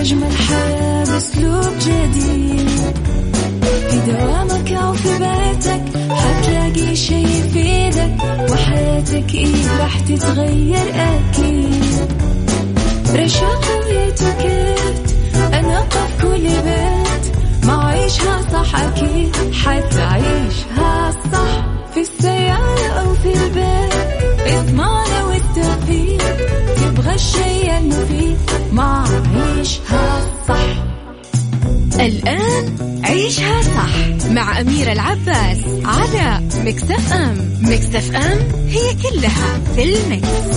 أجمل حياة بأسلوب جديد. في دوامك أو في بيتك حتلاقي شي يفيدك، وحياتك إيه راح تتغير أكيد. رشاق ويتوكيت أنا قف كل بيت، ما عيشها صح أكيد حتعيشها صح. في السيارة أو في البيت اسمعنا والتوفيق، تبغى الشيء المفيد ما عيشها صح. الآن عيشها صح مع أميرة العباس على ميكس اف ام. ميكس اف ام هي كلها في الميكس.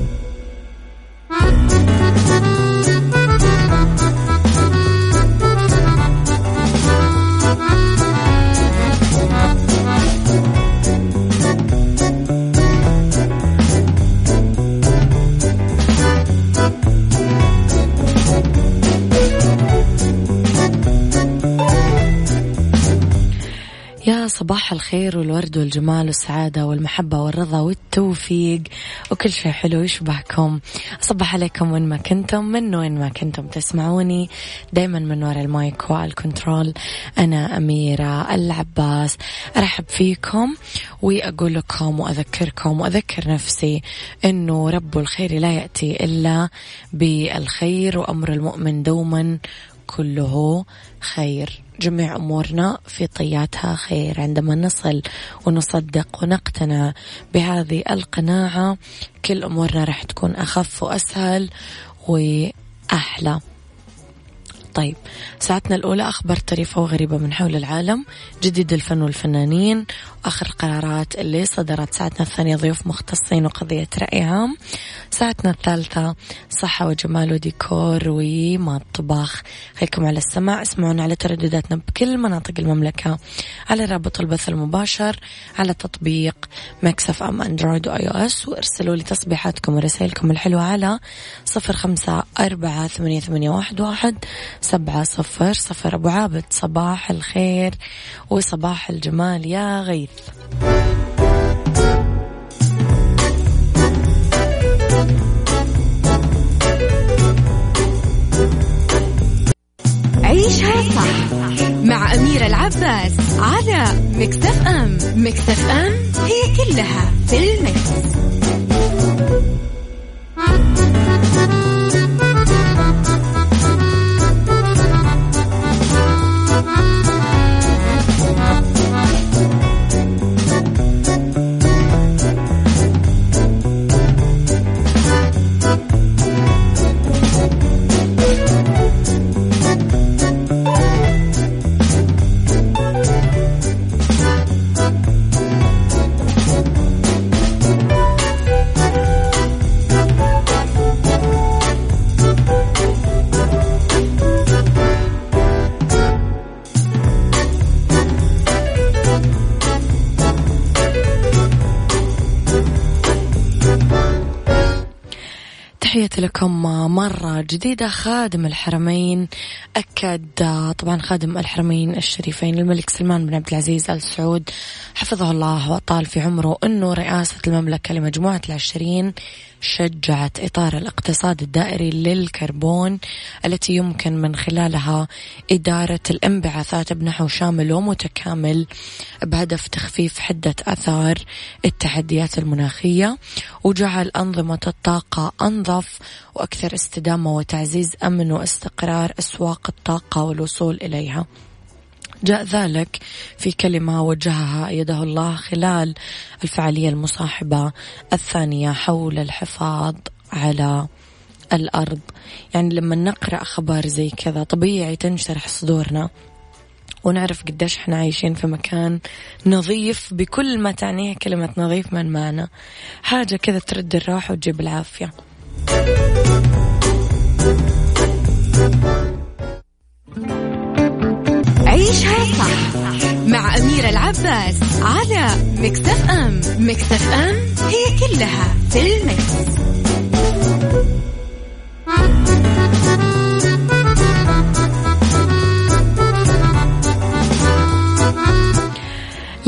صباح الخير والورد والجمال والسعادة والمحبة والرضا والتوفيق وكل شيء حلو يشبهكم. أصبح عليكم وين ما كنتم، من وين ما كنتم تسمعوني، دايما من وراء المايك والكنترول. أنا أميرة العباس، أرحب فيكم وأقول لكم وأذكركم وأذكر نفسي أنه رب الخير لا يأتي إلا بالخير، وأمر المؤمن دوما كله خير. جميع أمورنا في طياتها خير. عندما نصل ونصدق ونقتنع بهذه القناعة كل أمورنا راح تكون أخف وأسهل وأحلى. طيب، ساعتنا الأولى أخبار طريفة وغريبة من حول العالم، جديد الفن والفنانين، وآخر القرارات اللي صدرت. ساعتنا الثانية ضيوف مختصين وقضية رأي عام. ساعتنا الثالثة صحة وجمال وديكور ومطبخ. خليكم على السماع، اسمعونا على تردداتنا بكل مناطق المملكة، على رابط البث المباشر، على تطبيق ميكس اف ام اندرويد واي او اس، وارسلوا لي تصبيحاتكم ورسائلكم الحلوة على 0548811700. أبو عابد، صباح الخير وصباح الجمال يا غيث. عيشها صح مع أميرة العباس على ميكس اف ام. ميكس اف ام هي كلها في الميكس. تحياتي لكم مرة جديدة. خادم الحرمين أكد، طبعا خادم الحرمين الشريفين الملك سلمان بن عبد العزيز آل سعود حفظه الله وأطال في عمره أنه رئاسة المملكة لمجموعة ال20 شجعت إطار الاقتصاد الدائري للكربون التي يمكن من خلالها إدارة الانبعاثات بنحو شامل ومتكامل بهدف تخفيف حدة آثار التحديات المناخية وجعل أنظمة الطاقة أنظف وأكثر استدامة وتعزيز أمن واستقرار أسواق الطاقة والوصول إليها. جاء ذلك في كلمة وجهها أيده الله خلال الفعالية المصاحبة الثانية حول الحفاظ على الأرض. يعني لما نقرأ خبر زي كذا طبيعي تنشرح صدورنا ونعرف قديش احنا عايشين في مكان نظيف بكل ما تعنيه كلمة نظيف من معنى، حاجة كذا ترد الروح وتجيب العافية. عيشها صح مع أميرة العباس على ميكس اف ام. ميكس اف ام هي كلها في الميكس.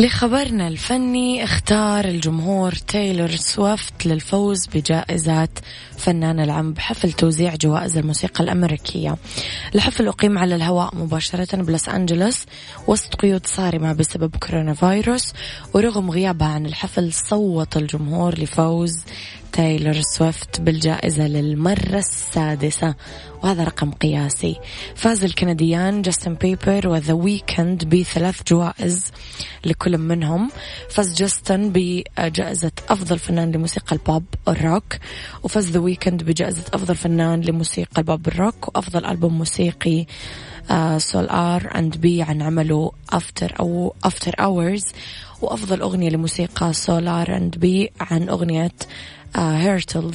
لخبرنا الفني، اختار الجمهور تايلور سويفت للفوز بجائزة فنان العام بحفل توزيع جوائز الموسيقى الأمريكية. الحفل أقيم على الهواء مباشرة بلوس أنجلوس وسط قيود صارمة بسبب كورونا فيروس، ورغم غيابها عن الحفل صوت الجمهور لفوز تايلور سويفت بالجائزة للمرة السادسة، وهذا رقم قياسي. فاز الكنديان جاستن بيبر وذا ويكند ب3 جوائز لكل منهم. فاز جاستن بجائزة أفضل فنان لموسيقى البوب الروك، وفاز ذا ويكند بجائزة أفضل فنان لموسيقى البوب الروك وأفضل ألبوم موسيقي سول آر أند بي عن عمله أفتر أورز، وأفضل أغنية لموسيقى سول آر أند بي عن أغنية هيرتلز.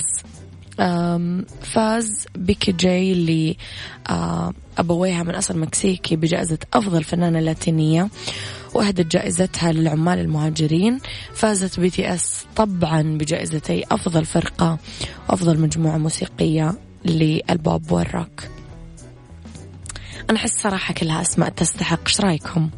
فاز بيكي جاي اللي أبويها من أصل مكسيكي بجائزة أفضل فنانة لاتينية، وأهدت جائزتها للعمال المهاجرين. فازت BTS طبعا بجائزتي أفضل فرقة وأفضل مجموعة موسيقية للبوب والروك. أنا أحس صراحة كلها أسماء تستحق. إيش رأيكم؟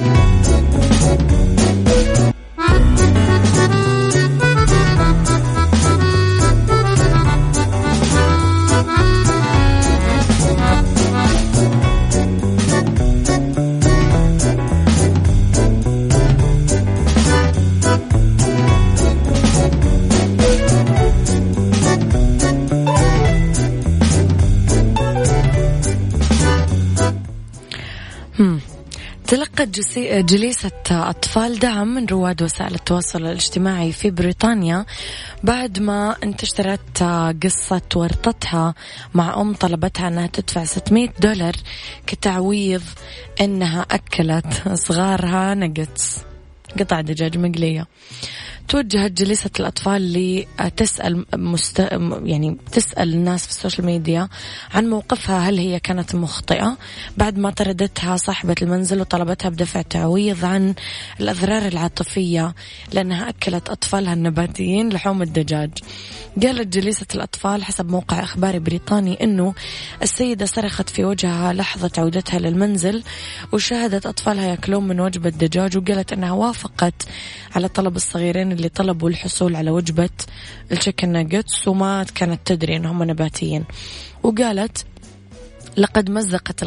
تلقت جليسة أطفال دعم من رواد وسائل التواصل الاجتماعي في بريطانيا بعد ما انتشرت قصة ورطتها مع طلبتها أنها تدفع $600 كتعويض أنها أكلت صغارها نجتس، قطع دجاج مقلية. توجهت جليسة الأطفال لتسأل تسأل الناس في السوشيال ميديا عن موقفها، هل هي كانت مخطئة بعد ما طردتها صاحبة المنزل وطلبتها بدفع تعويض عن الأضرار العاطفية لأنها أكلت أطفالها النباتيين لحوم الدجاج. قالت جليسة الأطفال حسب موقع إخباري بريطاني أنه السيدة صرخت في وجهها لحظة عودتها للمنزل وشاهدت أطفالها يأكلون من وجبة دجاج، وقالت أنها وافقت على طلب الصغيرين اللي طلبوا الحصول على وجبة التشيكن ناجتس وما كانت تدري أنهم نباتيين. وقالت لقد مزقت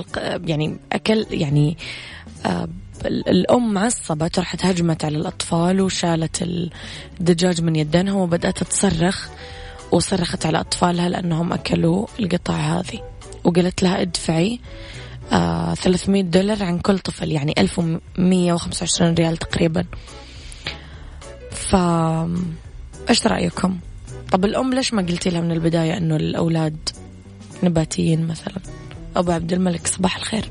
الأم عصبت، راحت هجمت على الأطفال وشالت الدجاج من يدينها وبدأت تصرخ وصرخت على أطفالها لأنهم أكلوا القطع هذه، وقالت لها ادفعي $300 عن كل طفل، يعني 1125 ريال تقريبا. إيش رأيكم؟ طب الأم ليش ما قلتي لها من البداية أنه الأولاد نباتيين مثلا؟ أبو عبد الملك صباح الخير.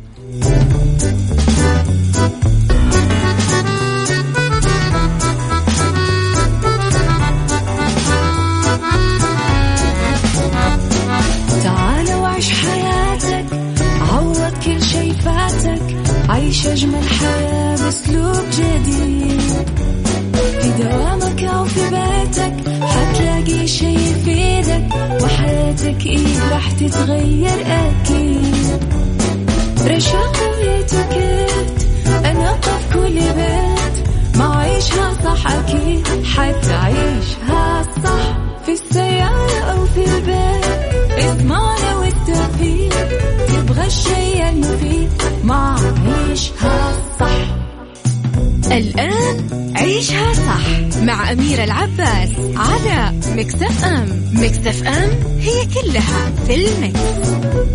تعال وعيش حياتك، عوض كل شي فاتك، عيش أجمل حياة بأسلوب جديد. في دوامك أو في بيتك حتلاقي شي يفيدك، وحياتك راح تتغير أكيد. رشاق ويتوكيت أنا قف كل بيت، ما عيشها صح أكيد حتعيشها صح. في السيارة أو في البيت اسمعنا والتوفيق، تبغى الشي المفيد ما عيشها صح. الآن عيشها صح مع أميرة العباس على ميكس اف ام. ميكس اف ام هي كلها في الميكس.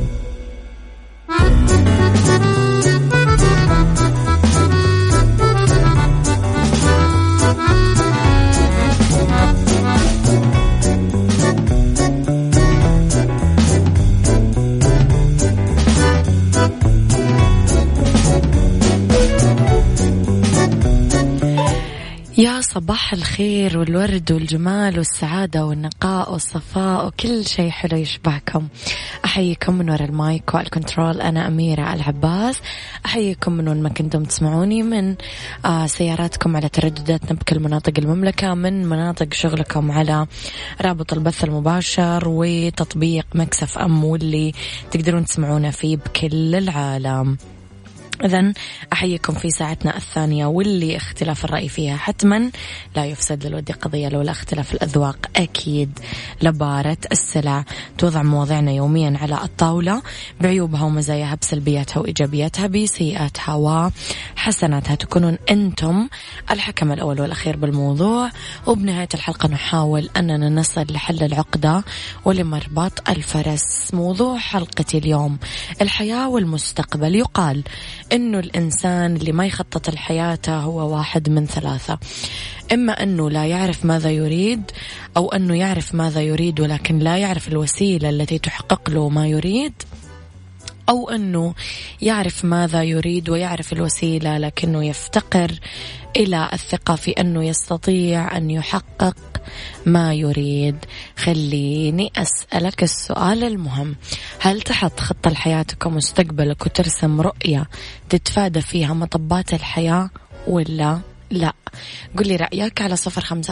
يا صباح الخير والورد والجمال والسعادة والنقاء والصفاء وكل شيء حلو يشبهكم. أحييكم من وراء المايك والكنترول، أنا أميرة العباس. أحييكم من وين ما كنتم تسمعوني، من سياراتكم على تردداتنا بكل مناطق المملكة، من مناطق شغلكم على رابط البث المباشر وتطبيق ميكس اف ام واللي تقدرون تسمعونا فيه بكل العالم. إذن أحييكم في ساعتنا الثانية، واللي اختلاف الرأي فيها حتما لا يفسد للود قضية، لولا اختلاف الأذواق أكيد لبارة السلع. توضع مواضيعنا يوميا على الطاولة بعيوبها ومزاياها، بسلبياتها وإيجابياتها، بسيئاتها وحسناتها. تكونون أنتم الحكم الأول والأخير بالموضوع، وبنهاية الحلقة نحاول أننا نصل لحل العقدة ولمربط الفرس. موضوع حلقتي اليوم الحياة والمستقبل. يقال إنه الإنسان اللي ما يخطط لحياته هو واحد من ثلاثة: إما أنه لا يعرف ماذا يريد، أو أنه يعرف ماذا يريد ولكن لا يعرف الوسيلة التي تحقق له ما يريد، أو أنه يعرف ماذا يريد ويعرف الوسيلة لكنه يفتقر إلى الثقة في أنه يستطيع أن يحقق ما يريد. خليني أسألك السؤال المهم: هل تحط خطة لحياتك ومستقبلك وترسم رؤية تتفادى فيها مطبات الحياة ولا لا؟ قل لي رأيك على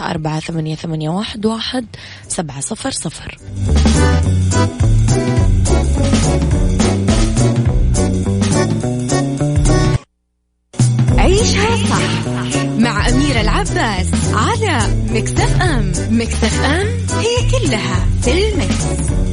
0548811700. عيشها صح مع أميرة العباس على ميكس اف ام. ميكس اف ام هي كلها في الميكس.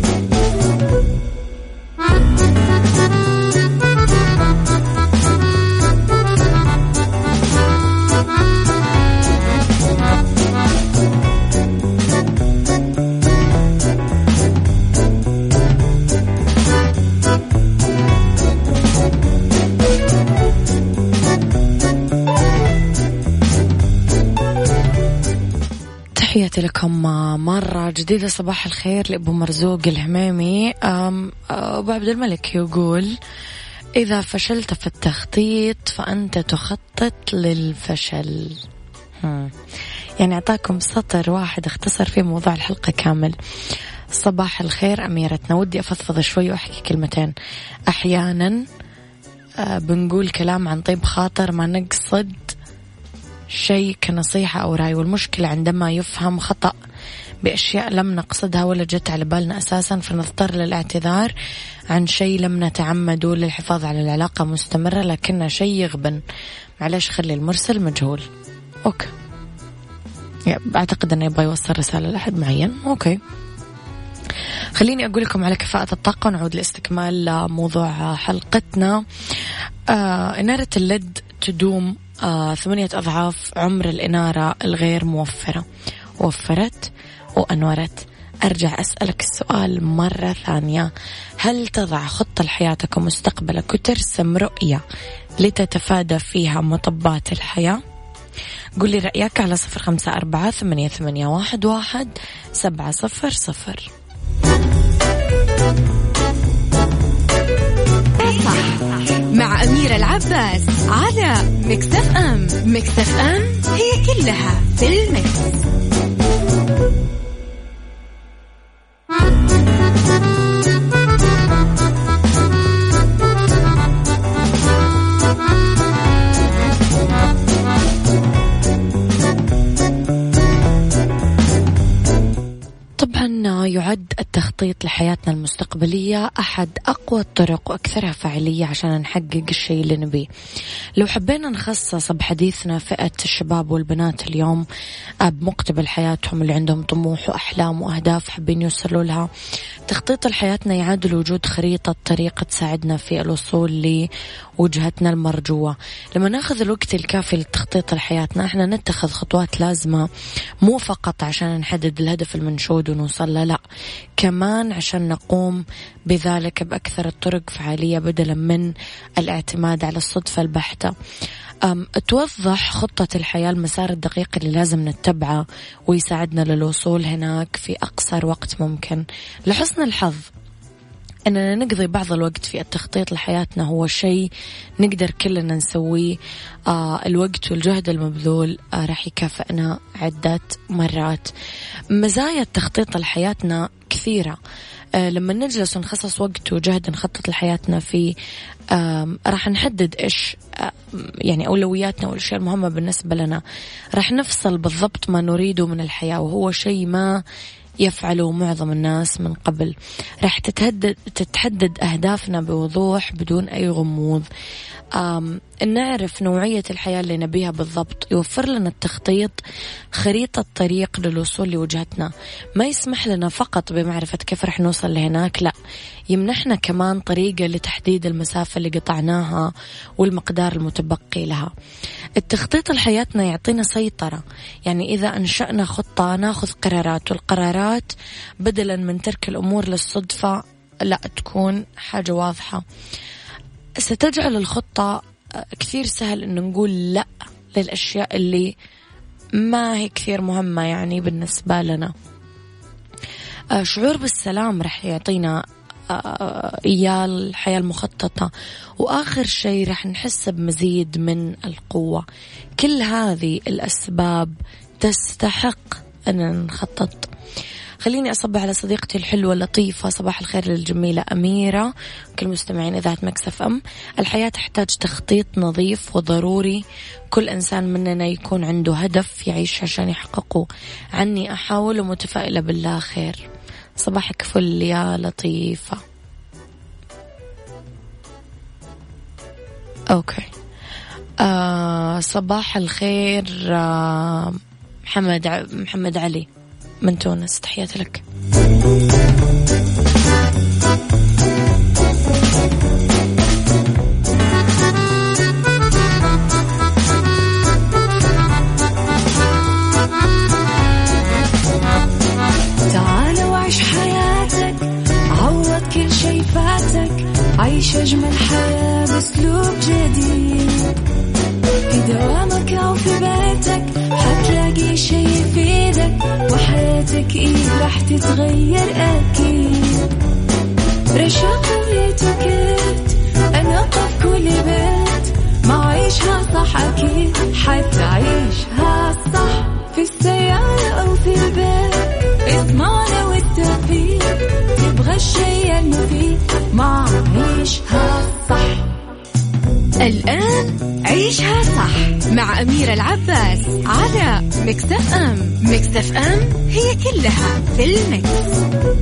تحياتي لكم مرة جديدة. صباح الخير لأبو مرزوق الهميمي. أبو عبد الملك يقول: إذا فشلت في التخطيط فأنت تخطط للفشل. يعني أعطاكم سطر واحد اختصر فيه موضوع الحلقة كامل. صباح الخير أميرتنا، ودي أفضفض شوي وأحكي كلمتين. أحيانا بنقول كلام عن طيب خاطر، ما نقصد شيء كنصيحة أو رأي، والمشكلة عندما يفهم خطأ بأشياء لم نقصدها ولا جت على بالنا أساسا، فنضطر للاعتذار عن شيء لم نتعمده للحفاظ على العلاقة مستمرة، لكنه شيء يغبن. معلش خلي المرسل مجهول. أوكي، أعتقد أنه يبغى يوصل رسالة لأحد معين. أوكي، خليني أقول لكم على كفاءة الطاقة ونعود لاستكمال موضوع حلقتنا. إنارة الليد تدوم 8 أضعاف عمر الإنارة الغير موفرة. وفرت وأنورت. أرجع أسألك السؤال مرة ثانية: هل تضع خطة لحياتك ومستقبلك وترسم رؤية لتتفادى فيها مطبات الحياة؟ قل لي رأيك على 0548811700. مع أميرة العباس على ميكس اف ام. ميكس اف ام هي كلها في الميكس. يعد التخطيط لحياتنا المستقبلية أحد أقوى الطرق وأكثرها فاعلية عشان نحقق الشيء اللي نبيه. لو حبينا نخصص بحديثنا فئة الشباب والبنات اليوم بمقتبل حياتهم، اللي عندهم طموح وأحلام وأهداف حابين يوصلوا لها، تخطيط لحياتنا يعادل وجود خريطة طريقة تساعدنا في الوصول لوجهتنا المرجوة. لما ناخذ الوقت الكافي للتخطيط لحياتنا، احنا نتخذ خطوات لازمة، مو فقط عشان نحدد الهدف المنشود ونوصل له، لا، كمان عشان نقوم بذلك بأكثر الطرق فعالية بدلا من الاعتماد على الصدفة البحتة. توضح خطة الحياة المسار الدقيق اللي لازم نتبعه ويساعدنا للوصول هناك في أقصر وقت ممكن. لحسن الحظ أننا نقضي بعض الوقت في التخطيط لحياتنا هو شيء نقدر كلنا نسويه. الوقت والجهد المبذول راح يكافئنا عدة مرات. مزايا التخطيط لحياتنا كثيرة. لما نجلس ونخصص وقت وجهد نخطط لحياتنا في راح نحدد إيش يعني أولوياتنا والأشياء المهمة بالنسبة لنا. راح نفصل بالضبط ما نريده من الحياة، وهو شيء ما يفعله معظم الناس من قبل. راح تتحدد أهدافنا بوضوح بدون أي غموض. نعرف نوعية الحياة اللي نبيها بالضبط. يوفر لنا التخطيط خريطة طريق للوصول لوجهتنا. ما يسمح لنا فقط بمعرفة كيف رح نوصل لهناك، لا، يمنحنا كمان طريقة لتحديد المسافة اللي قطعناها والمقدار المتبقي لها. التخطيط لحياتنا يعطينا سيطرة. يعني إذا أنشأنا خطة ناخذ قرارات، والقرارات بدلا من ترك الأمور للصدفة لا، تكون حاجة واضحة. ستجعل الخطة كثير سهل إنه نقول لا للأشياء اللي ما هي كثير مهمة يعني بالنسبة لنا. شعور بالسلام رح يعطينا إياه الحياة المخططة. وآخر شيء رح نحس بمزيد من القوة. كل هذه الأسباب تستحق أن نخطط. خليني أصبح على صديقتي الحلوة اللطيفة. صباح الخير للجميلة أميرة، كل مستمعين إذاعة مكس اف ام. الحياة تحتاج تخطيط نظيف وضروري. كل إنسان مننا يكون عنده هدف يعيش عشان يحققه. عني أحاول ومتفائلة بالله خير. صباحك فل يا لطيفة. أوكي. صباح الخير محمد علي من تونس، تحياتي لك. تعال وعيش حياتك، عوض كل شي فاتك، عيش أجمل حياة بأسلوب جديد. في دوامك أو في بيتك حتلاقي شي يفيدك، وحياتك إيه راح تتغير أكيد. رشاق ويتوكيت أنا قف كل بيت، ما عيشها صح أكيد حتعيشها صح. في السيارة أو في البيت اسمعنا والتوفيق، تبغى الشي المفيد ما عيشها صح. الآن عيشها صح مع أميرة العباس على مكس اف ام. مكس اف ام هي كلها في المكس.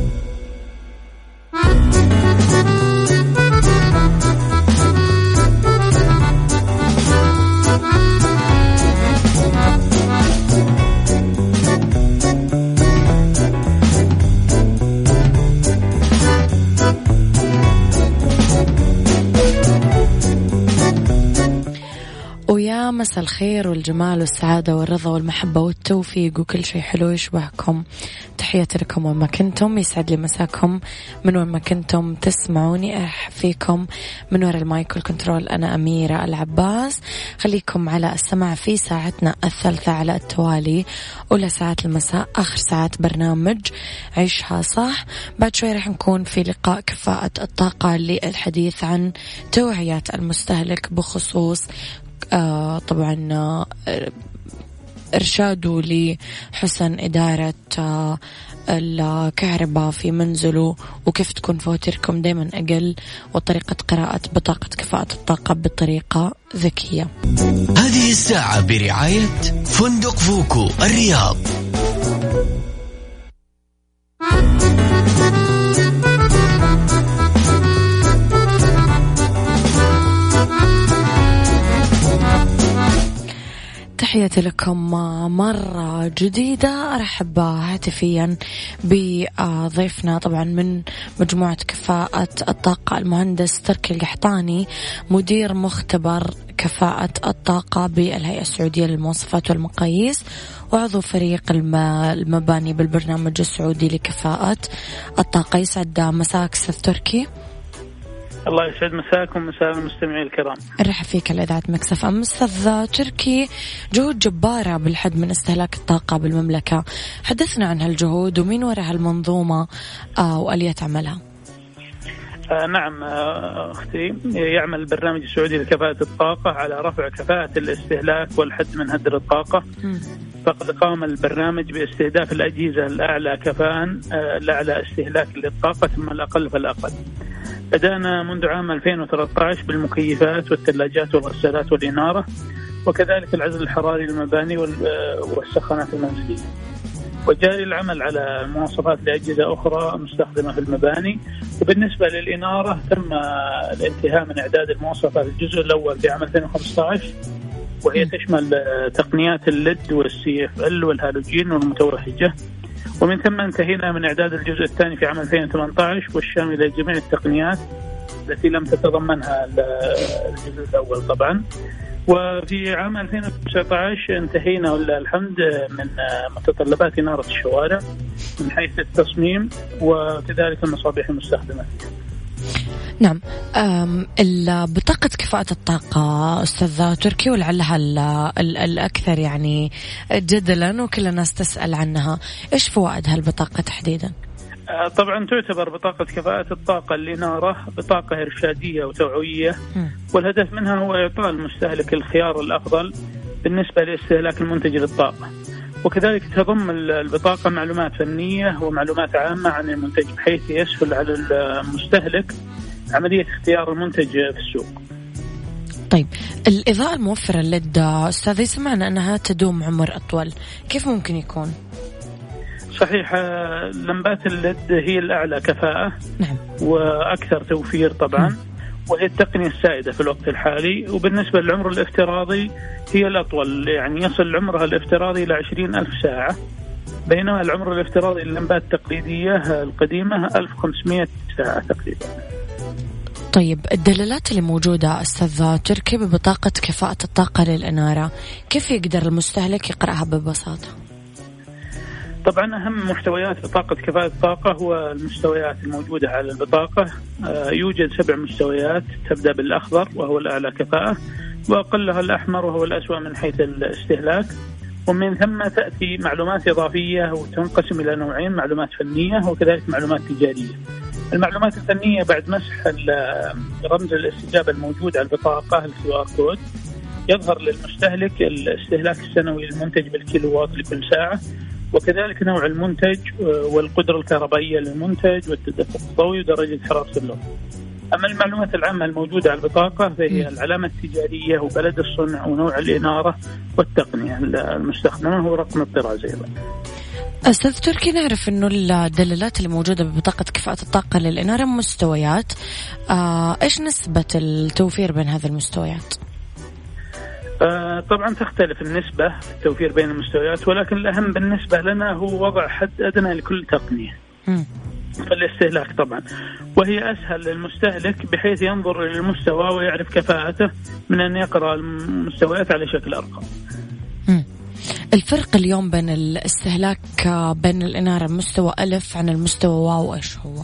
ويا مساء الخير والجمال والسعادة والرضا والمحبة والتوفيق وكل شيء حلو يشبهكم. تحياتي لكم وين ما كنتم. يسعد لي مساكم من وين ما كنتم تسمعوني. أرحب فيكم من وراء المايك والكنترول. أنا أميرة العباس. خليكم على السماع في ساعتنا الثالثة على التوالي، أولى ساعات المساء، آخر ساعات برنامج عيشها صح. بعد شوي رح نكون في لقاء كفاءة الطاقة للحديث عن توعية المستهلك بخصوص طبعا إرشاده لحسن إدارة الكهرباء في منزله، وكيف تكون فواتيركم دايما أقل، وطريقة قراءة بطاقة كفاءة الطاقة بطريقة ذكية. هذه الساعة برعاية فندق فوكو الرياض. تحياتي لكم مرة جديدة. أرحب هاتفيا بضيفنا طبعا من مجموعة كفاءة الطاقة، المهندس تركي القحطاني، مدير مختبر كفاءة الطاقة بالهيئة السعودية للمواصفات والمقاييس، وعضو فريق المباني بالبرنامج السعودي لكفاءة الطاقة. يسعد مساك أستاذ تركي. الله يسعد مساكم، مساء المستمعين الكرام. أرحب فيك على إذاعة مكس اف ام. أستاذ تركي، جهود جبارة بالحد من استهلاك الطاقة بالمملكة، حدثنا عن هالجهود ومين وراء هالمنظومة وآلية عملها. نعم أختي، يعمل البرنامج السعودي لكفاءة الطاقة على رفع كفاءة الاستهلاك والحد من هدر الطاقة. فقد قام البرنامج باستهداف الأجهزة الأعلى كفاءة، الأعلى استهلاك للطاقة، ثم الأقل فالأقل. بدأنا منذ عام 2013 بالمكيفات والثلاجات والغسالات والإنارة، وكذلك العزل الحراري للمباني والسخانات المنزلية. وجاري العمل على المواصفات لأجهزة أخرى مستخدمة في المباني. وبالنسبة للإنارة تم الانتهاء من إعداد المواصفات الجزء الأول في عام 2015، وهي تشمل تقنيات الليد والسي اف ال والهالوجين والمتوهجة. ومن ثم انتهينا من إعداد الجزء الثاني في عام 2018 والشامل لجميع التقنيات التي لم تتضمنها الجزء الأول طبعا. وفي عام 2019 انتهينا ولله الحمد من متطلبات إنارة الشوارع من حيث التصميم وكذلك المصابيح المستخدمة فيها. نعم. بطاقة كفاءة الطاقة أستاذ تركي ولعلها الأكثر يعني جدلا وكل الناس تسأل عنها، إيش فوائد هالبطاقة تحديدا؟ طبعا تعتبر بطاقة كفاءة الطاقة الإنارة بطاقة إرشادية وتوعوية، والهدف منها هو إعطاء المستهلك الخيار الأفضل بالنسبة لاستهلاك المنتج للطاقة. وكذلك تضم البطاقة معلومات فنية ومعلومات عامة عن المنتج بحيث يسهل على المستهلك عملية اختيار المنتج في السوق. طيب الإضاءة الموفرة الليد أستاذ سمعنا أنها تدوم عمر أطول، كيف ممكن يكون؟ صحيح، لمبات الليد هي الأعلى كفاءة. نعم. وأكثر توفير طبعا. وهي التقنية السائدة في الوقت الحالي. وبالنسبة للعمر الافتراضي هي الأطول، يعني يصل عمرها الافتراضي إلى 20,000 ساعة، بينما العمر الافتراضي لللمبات التقليدية القديمة 1500 ساعة تقريبا. طيب الدلالات اللي موجودة أستاذ تركي ببطاقة كفاءة الطاقة للإنارة كيف يقدر المستهلك يقرأها ببساطة؟ طبعا أهم محتويات بطاقة كفاءة الطاقة هو المستويات الموجودة على البطاقة. يوجد 7 مستويات تبدأ بالأخضر وهو الأعلى كفاءة، وأقلها الأحمر وهو الأسوأ من حيث الاستهلاك. ومن ثم تأتي معلومات إضافية وتنقسم إلى نوعين، معلومات فنية وكذلك معلومات تجارية. المعلومات الفنية بعد مسح رمز الاستجابة الموجود على البطاقة الQR كود يظهر للمستهلك الاستهلاك السنوي للمنتج بالكيلووات لكل ساعة، وكذلك نوع المنتج والقدرة الكهربائية للمنتج والتدفق الضوئي ودرجة حرارة اللون. أما المعلومات العامة الموجودة على البطاقة فهي العلامة التجارية وبلد الصنع ونوع الإنارة والتقنية المستخدمة ورقم الطراز أيضا. أستاذ تركي نعرف أنه الدلالات اللي موجودة ببطاقة كفاءة الطاقة للإنارة مستويات، إيش نسبة التوفير بين هذه المستويات؟ طبعا تختلف النسبة في التوفير بين المستويات، ولكن الأهم بالنسبة لنا هو وضع حد أدنى لكل تقنية فالاستهلاك طبعا، وهي أسهل للمستهلك بحيث ينظر للمستوى ويعرف كفاءته من أن يقرأ المستويات على شكل أرقام. الفرق اليوم بين الاستهلاك بين الإنارة مستوى ألف عن المستوى واو إيش هو؟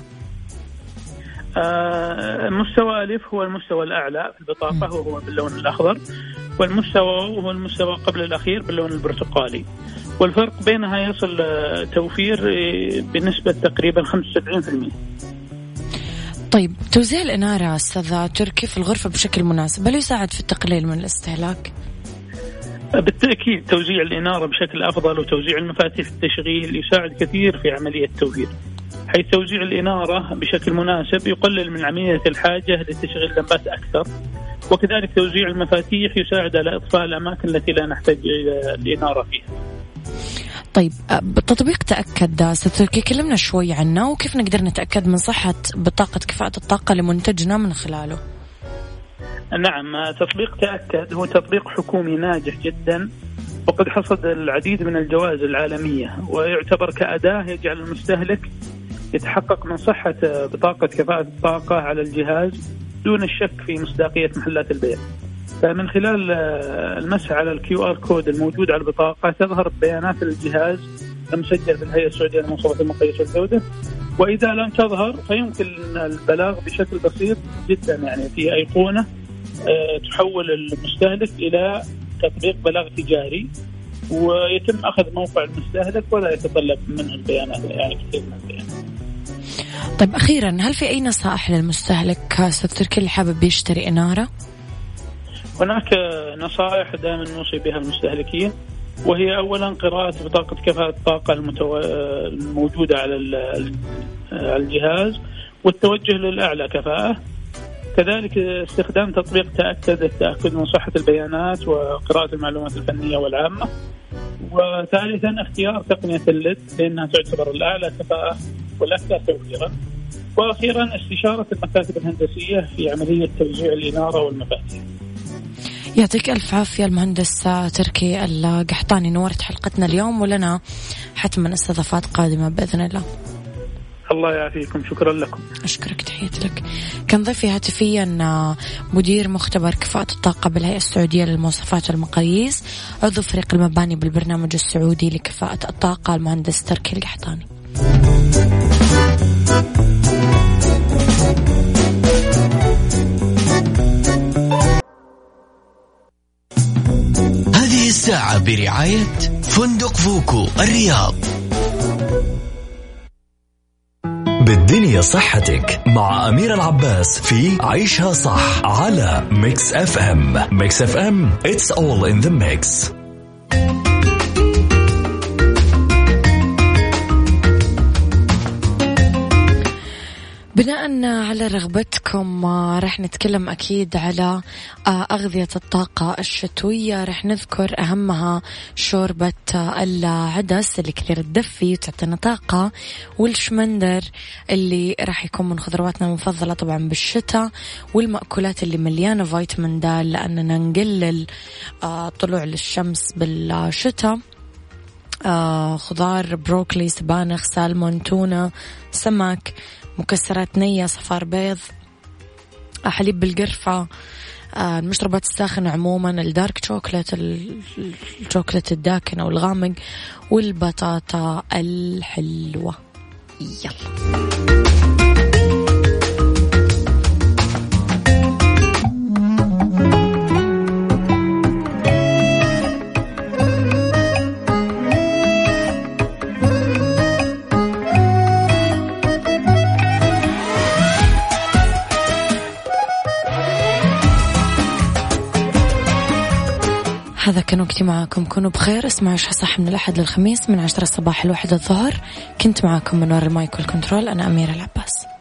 مستوى ألف هو المستوى الأعلى في البطاقة وهو باللون الأخضر، والمستوى هو المستوى قبل الأخير باللون البرتقالي، والفرق بينها يصل توفير بنسبة تقريبا 75%. طيب توزيع الإنارة أستاذ تركي في الغرفة بشكل مناسب هل يساعد في التقليل من الاستهلاك؟ بالتأكيد توزيع الإنارة بشكل أفضل وتوزيع المفاتيح التشغيل يساعد كثير في عملية التوفير، حيث توزيع الإنارة بشكل مناسب يقلل من عملية الحاجة لتشغيل لمبات أكثر، وكذلك توزيع المفاتيح يساعد على إطفاء الأماكن التي لا نحتاج الإنارة فيها. طيب بتطبيق تأكد ستركي كلمنا شوي عنه وكيف نقدر نتأكد من صحة بطاقة كفاءة الطاقة لمنتجنا من خلاله؟ نعم، تطبيق تأكد هو تطبيق حكومي ناجح جدا وقد حصد العديد من الجوائز العالمية، ويعتبر كأداة يجعل المستهلك يتحقق من صحة بطاقة كفاءة الطاقة على الجهاز دون الشك في مصداقية محلات البيع. فمن خلال المسح على الQR كود الموجود على البطاقة تظهر بيانات الجهاز المسجل في الهيئة السعودية للمواصفات المقيسة والجودة، وإذا لم تظهر فيمكن البلاغ بشكل بسيط جدا، يعني في أيقونة تحول المستهلك إلى تطبيق بلاغ تجاري ويتم أخذ موقع المستهلك ولا يتطلب منه البيانات، يعني كثير من البيانات. طيب أخيرا هل في أي نصائح للمستهلك ستركي اللي حابب يشتري إنارة؟ هناك نصائح دائما نوصي بها المستهلكين، وهي أولا قراءة بطاقة كفاءة الطاقة الموجودة على الجهاز والتوجه للأعلى كفاءة، كذلك استخدام تطبيق تأكد للتأكد من صحة البيانات وقراءة المعلومات الفنية والعامة، وثالثا اختيار تقنية الليد لأنها تعتبر الأعلى كفاءة والأكثر توفيرا. وأخيرا استشارة المكاتب الهندسية في عملية توزيع الإنارة والمفاتيح. يعطيك ألف عافية المهندس تركي القحطاني، نورت حلقتنا اليوم، ولنا حتما استضافات قادمة بإذن الله. الله يعافيكم، شكرا لكم. أشكرك، تحياتي لك. كان ضيفي هاتفيا مدير مختبر كفاءة الطاقة بالهيئة السعودية للمواصفات والمقاييس، عضو فريق المباني بالبرنامج السعودي لكفاءة الطاقة، المهندس تركي القحطاني. هذه الساعة برعاية فندق فوكو الرياض. بالدنيا صحتك مع أمير العباس في عيشها صح على ميكس اف ام. ميكس اف ام it's all in the mix. بناء على رغبتكم رح نتكلم أكيد على أغذية الطاقة الشتوية. رح نذكر أهمها شوربة العدس اللي كثير تدفي وتعطينا طاقة، والشمندر اللي رح يكون من خضرواتنا المفضلة طبعا بالشتاء، والمأكولات اللي مليانة فيتامين د لأننا نقلل طلوع للشمس بالشتاء. خضار، بروكلي، سبانخ، سالمون، تونة، سمك، مكسرات نية، صفار بيض، حليب بالقرفة، المشروبات الساخنة عموما، الدارك شوكولات، الشوكولات الداكن أو الغامق، والبطاطا الحلوة. يلا هذا كان وقتي معاكم. كونوا بخير، اسمعوا عيشها صح من الأحد للخميس من 10 الصباح ل1 الظهر. كنت معاكم من وراء المايك والكنترول أنا أميرة العباس.